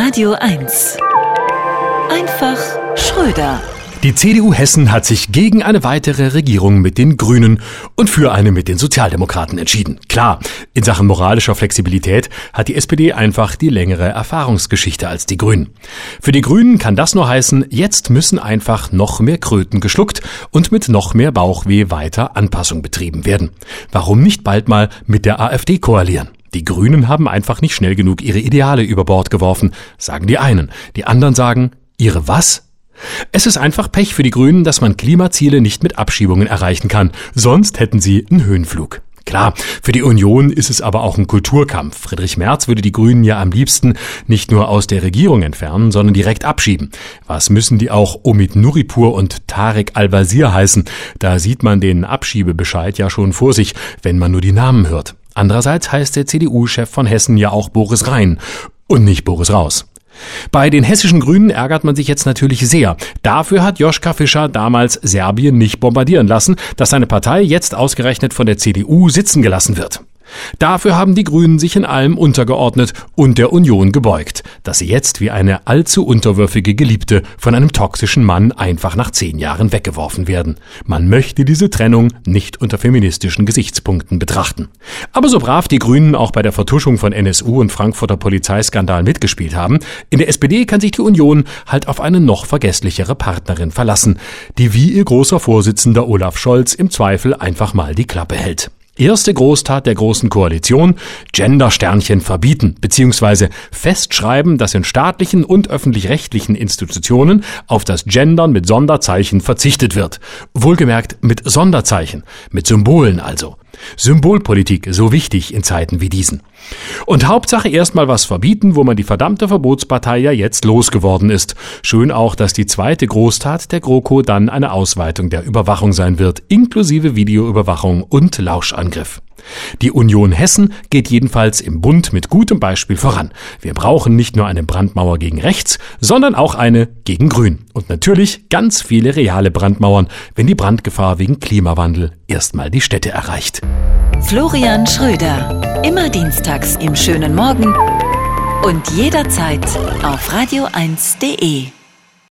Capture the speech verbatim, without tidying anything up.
Radio eins. Einfach Schröder. Die C D U Hessen hat sich gegen eine weitere Regierung mit den Grünen und für eine mit den Sozialdemokraten entschieden. Klar, in Sachen moralischer Flexibilität hat die S P D einfach die längere Erfahrungsgeschichte als die Grünen. Für die Grünen kann das nur heißen, jetzt müssen einfach noch mehr Kröten geschluckt und mit noch mehr Bauchweh weiter Anpassung betrieben werden. Warum nicht bald mal mit der AfD koalieren? Die Grünen haben einfach nicht schnell genug ihre Ideale über Bord geworfen, sagen die einen. Die anderen sagen, ihre was? Es ist einfach Pech für die Grünen, dass man Klimaziele nicht mit Abschiebungen erreichen kann. Sonst hätten sie einen Höhenflug. Klar, für die Union ist es aber auch ein Kulturkampf. Friedrich Merz würde die Grünen ja am liebsten nicht nur aus der Regierung entfernen, sondern direkt abschieben. Was müssen die auch Omid Nuripur und Tarek Al-Wazir heißen? Da sieht man den Abschiebebescheid ja schon vor sich, wenn man nur die Namen hört. Andererseits heißt der C D U-Chef von Hessen ja auch Boris Rhein und nicht Boris Raus. Bei den hessischen Grünen ärgert man sich jetzt natürlich sehr. Dafür hat Joschka Fischer damals Serbien nicht bombardieren lassen, dass seine Partei jetzt ausgerechnet von der C D U sitzen gelassen wird. Dafür haben die Grünen sich in allem untergeordnet und der Union gebeugt, dass sie jetzt wie eine allzu unterwürfige Geliebte von einem toxischen Mann einfach nach zehn Jahren weggeworfen werden. Man möchte diese Trennung nicht unter feministischen Gesichtspunkten betrachten. Aber so brav die Grünen auch bei der Vertuschung von N S U und Frankfurter Polizeiskandal mitgespielt haben, in der S P D kann sich die Union halt auf eine noch vergesslichere Partnerin verlassen, die wie ihr großer Vorsitzender Olaf Scholz im Zweifel einfach mal die Klappe hält. Erste Großtat der Großen Koalition, Gender-Sternchen verbieten bzw. festschreiben, dass in staatlichen und öffentlich-rechtlichen Institutionen auf das Gendern mit Sonderzeichen verzichtet wird. Wohlgemerkt mit Sonderzeichen, mit Symbolen also. Symbolpolitik, so wichtig in Zeiten wie diesen. Und Hauptsache erstmal was verbieten, wo man die verdammte Verbotspartei ja jetzt losgeworden ist. Schön auch, dass die zweite Großtat der GroKo dann eine Ausweitung der Überwachung sein wird, inklusive Videoüberwachung und Lauschangriff. Die Union Hessen geht jedenfalls im Bund mit gutem Beispiel voran. Wir brauchen nicht nur eine Brandmauer gegen rechts, sondern auch eine gegen Grün. Und natürlich ganz viele reale Brandmauern, wenn die Brandgefahr wegen Klimawandel erstmal die Städte erreicht. Florian Schröder. Immer dienstags im schönen Morgen und jederzeit auf radio eins punkt de.